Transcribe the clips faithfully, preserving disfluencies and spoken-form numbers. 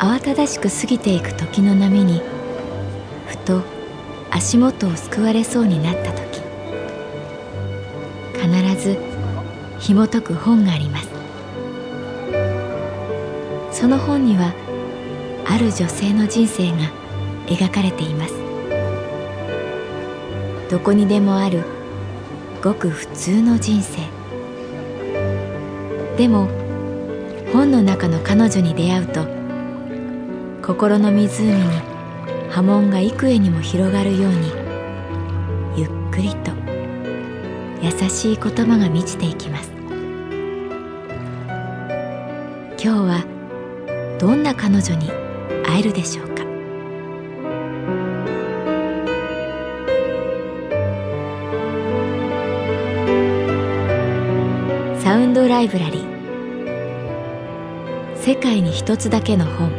慌ただしく過ぎていく時の波にふと足元をすくわれそうになった時、必ず紐解く本があります。その本にはある女性の人生が描かれています。どこにでもあるごく普通の人生。でも本の中の彼女に出会うと、心の湖に波紋が幾重にも広がるように、ゆっくりと優しい言葉が満ちていきます。今日はどんな彼女に会えるでしょうか。サウンドライブラリー、世界に一つだけの本。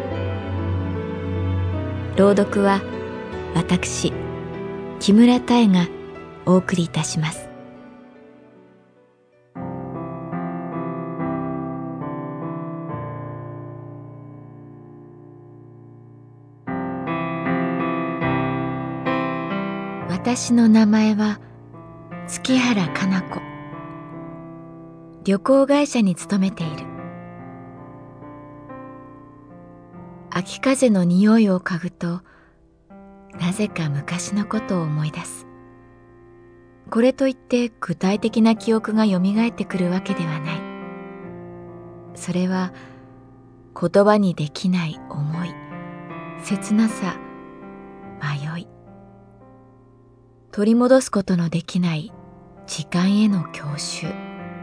朗読は私木村多江がお送りいたします。私の名前は月原かな子。旅行会社に勤めている。秋風の匂いを嗅ぐと、なぜか昔のことを思い出す。これといって具体的な記憶がよみがえってくるわけではない。それは言葉にできない思い、切なさ、迷い。取り戻すことのできない時間への郷愁。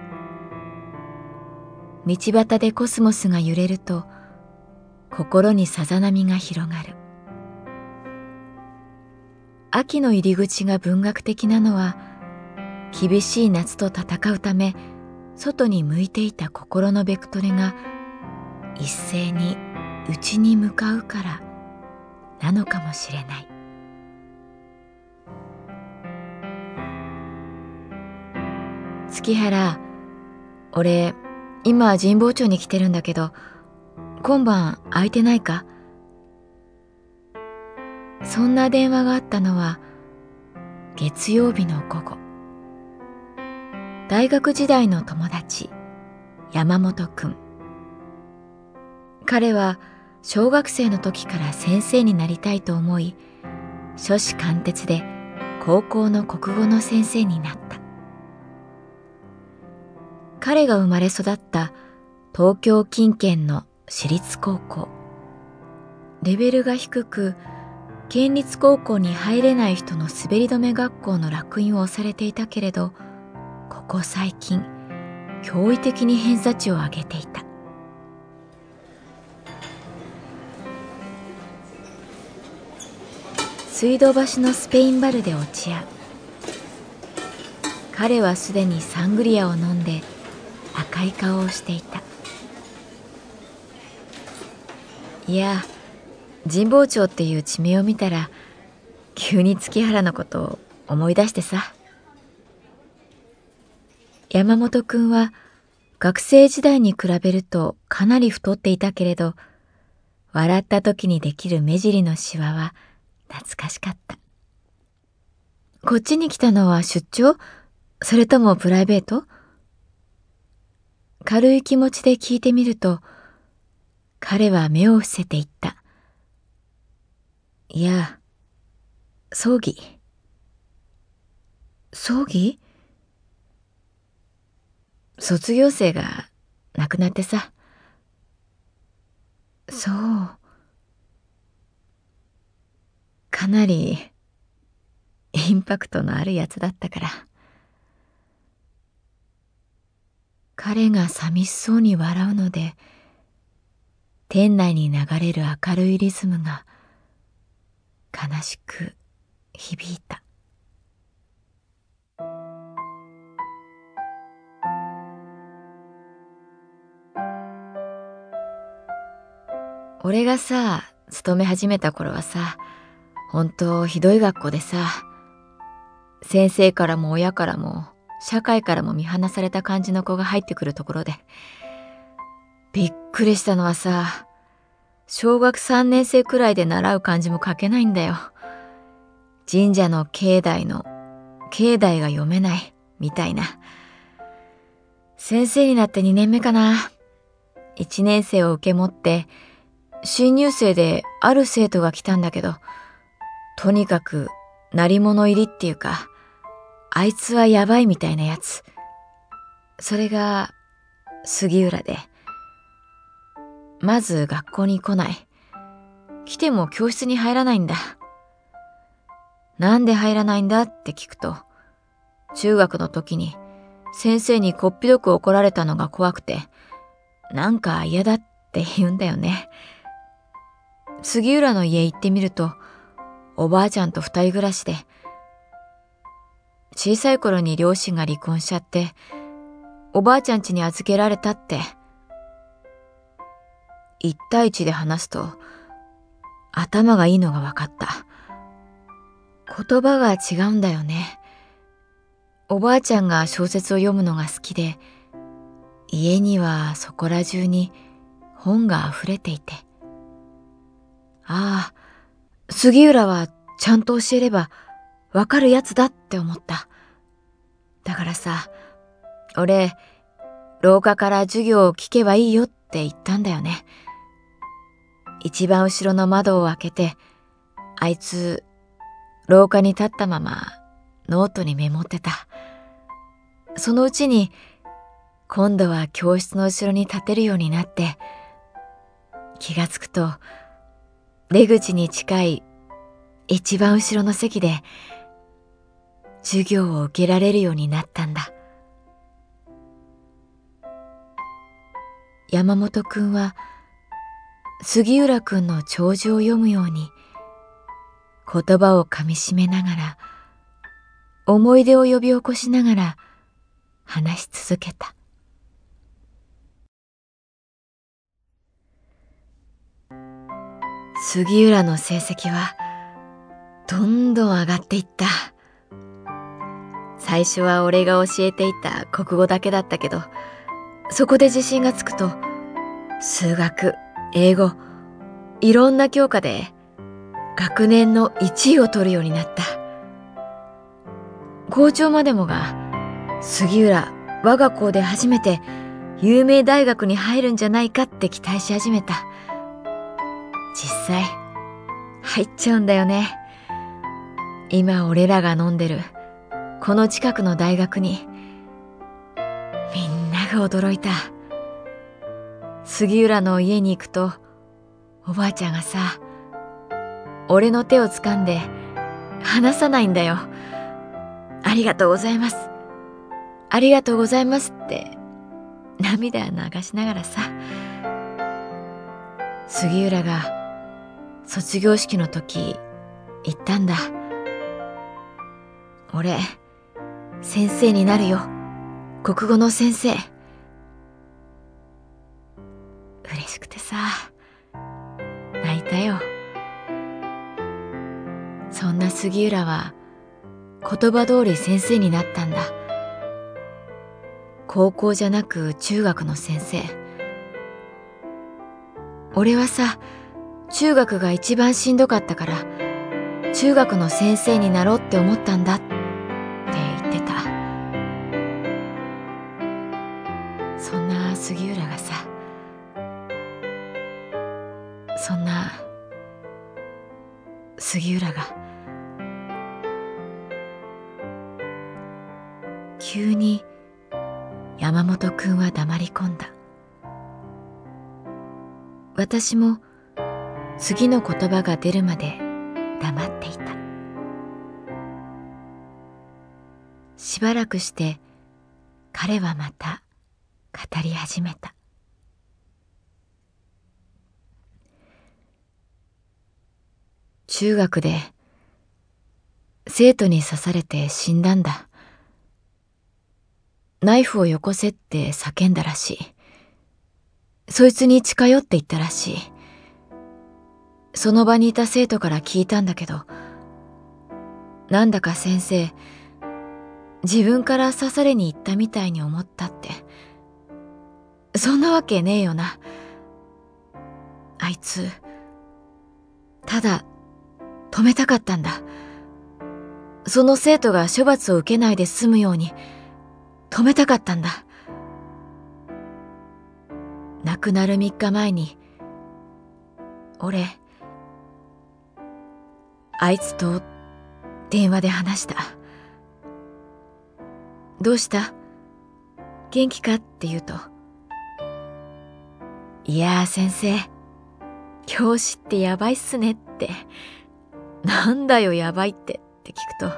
道端でコスモスが揺れると、心にさざ波が広がる。秋の入り口が文学的なのは、厳しい夏と戦うため外に向いていた心のベクトルが一斉に内に向かうからなのかもしれない。月原、俺今神保町に来てるんだけど、今晩空いてないか？そんな電話があったのは月曜日の午後。大学時代の友達、山本くん。彼は小学生の時から先生になりたいと思い、初志貫徹で高校の国語の先生になった。彼が生まれ育った東京近県の私立高校。レベルが低く、県立高校に入れない人の滑り止め学校の烙印を押されていたけれど、ここ最近、驚異的に偏差値を上げていた。水道橋のスペインバルで落ち合う。彼はすでにサングリアを飲んで赤い顔をしていた。いや、神保町っていう地名を見たら急に月原のことを思い出してさ。山本くんは学生時代に比べるとかなり太っていたけれど、笑った時にできる目尻のシワは懐かしかった。こっちに来たのは出張？それともプライベート？軽い気持ちで聞いてみると、彼は目を伏せて言った。いや、葬儀。葬儀？卒業生が亡くなってさ。そう。かなりインパクトのあるやつだったから。彼が寂しそうに笑うので、店内に流れる明るいリズムが悲しく響いた。俺がさ、勤め始めた頃はさ、ほんとひどい学校でさ、先生からも親からも社会からも見放された感じの子が入ってくるところで、びっくりしたのはさ、 小学さんねん生くらいで習う漢字も書けないんだよ。神社の境内の境内が読めないみたいな。先生になってにねんめかな。いちねん生を受け持って新入生である生徒が来たんだけど、とにかく鳴り物入りっていうか、あいつはやばいみたいなやつ。それが杉浦で、まず学校に来ない。来ても教室に入らないんだ。なんで入らないんだって聞くと、中学の時に先生にこっぴどく怒られたのが怖くて、なんか嫌だって言うんだよね。杉浦の家行ってみると、おばあちゃんと二人暮らしで、小さい頃に両親が離婚しちゃって、おばあちゃん家に預けられたって。一対一で話すと、頭がいいのが分かった。言葉が違うんだよね。おばあちゃんが小説を読むのが好きで、家にはそこら中に本が溢れていて。ああ、杉浦はちゃんと教えればわかるやつだって思った。だからさ、俺、廊下から授業を聞けばいいよって言ったんだよね。一番後ろの窓を開けて、あいつ、廊下に立ったままノートにメモってた。そのうちに、今度は教室の後ろに立てるようになって、気がつくと、出口に近い一番後ろの席で、授業を受けられるようになったんだ。山本くんは、杉浦くんの弔辞を読むように、言葉をかみしめながら、思い出を呼び起こしながら話し続けた。杉浦の成績はどんどん上がっていった。最初は俺が教えていた国語だけだったけど、そこで自信がつくと、数学、英語、いろんな教科で学年のいちいを取るようになった。校長までもが、杉浦、我が校で初めて有名大学に入るんじゃないかって期待し始めた。実際、入っちゃうんだよね。今俺らが飲んでる、この近くの大学に、みんなが驚いた。杉浦の家に行くと、おばあちゃんがさ、俺の手を掴んで離さないんだよ。ありがとうございます。ありがとうございますって涙流しながらさ。杉浦が卒業式の時言ったんだ。俺、先生になるよ。国語の先生。嬉しくてさ、泣いたよ。そんな杉浦は言葉通り先生になったんだ。高校じゃなく中学の先生。俺はさ、中学が一番しんどかったから、中学の先生になろうって思ったんだって言ってた。そんな杉浦がさ、そんな杉浦が急に山本くんは黙り込んだ。私も次の言葉が出るまで黙っていた。しばらくして彼はまた語り始めた。中学で生徒に刺されて死んだんだ。ナイフをよこせって叫んだらしい。そいつに近寄って言ったらしい。その場にいた生徒から聞いたんだけど、なんだか先生、自分から刺されに行ったみたいに思ったって。そんなわけねえよな。あいつ、 ただ止めたかったんだ。その生徒が処罰を受けないで済むように止めたかったんだ。亡くなるみっかまえに俺あいつと電話で話した。どうした？元気かって言うと、いやー先生、教師ってやばいっすねって。なんだよやばいってって聞くと、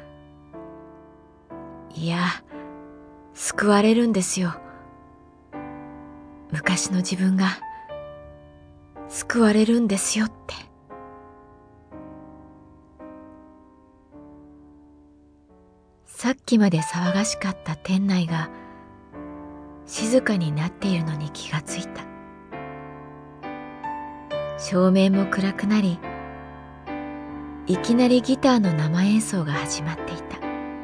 いや、救われるんですよ。昔の自分が救われるんですよって。さっきまで騒がしかった店内が静かになっているのに気がついた。照明も暗くなり、いきなりギターの生演奏が始まっていた。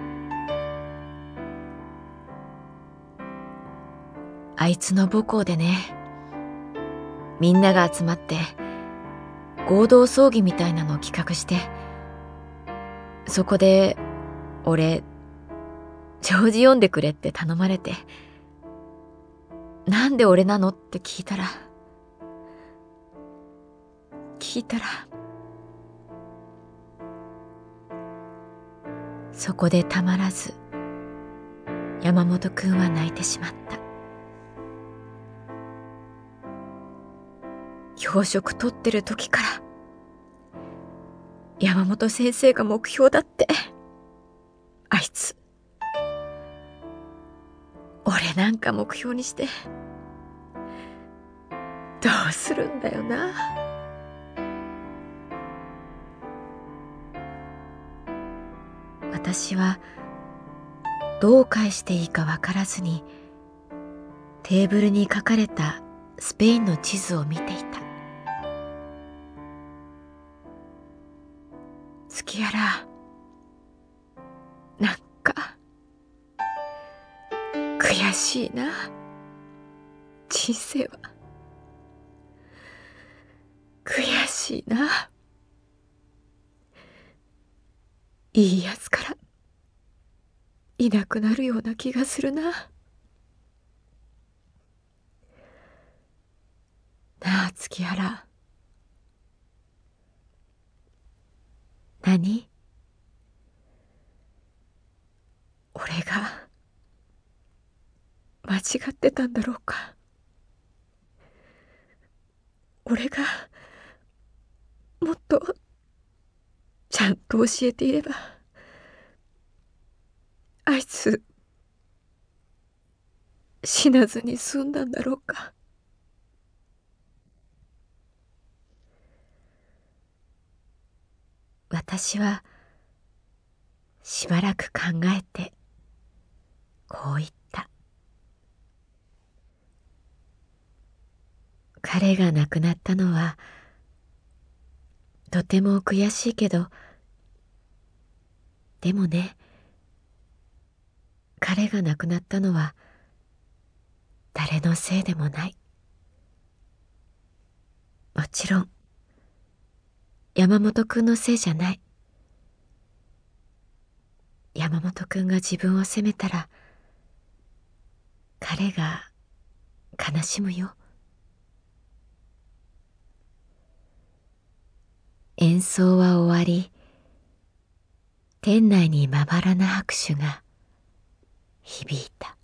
あいつの母校でね、みんなが集まって合同葬儀みたいなのを企画して、そこで俺弔辞読んでくれって頼まれて、なんで俺なのって聞いたら聞いたらそこでたまらず山本くんは泣いてしまった。教職取ってる時から山本先生が目標だって。あいつ俺なんか目標にしてどうするんだよな。私はどう返していいかわからずにテーブルに書かれたスペインの地図を見ていた。月やらなんか悔しいな。人生は悔しいな。いいやつからいなくなるような気がするな。なあ月原。何？俺が間違ってたんだろうか。俺がもっとちゃんと教えていればあいつ死なずに済んだんだろうか。私はしばらく考えてこう言った。彼が亡くなったのはとても悔しいけど、でもね、彼が亡くなったのは誰のせいでもない。もちろん山本くんのせいじゃない。山本くんが自分を責めたら彼が悲しむよ。演奏は終わり、店内にまばらな拍手が響いた。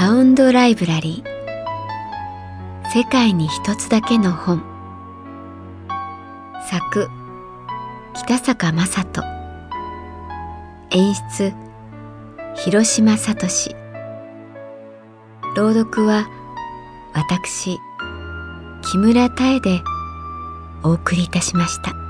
サウンドライブラリー、世界に一つだけの本。作北坂雅人、演出広島聡、朗読は私木村多江でお送りいたしました。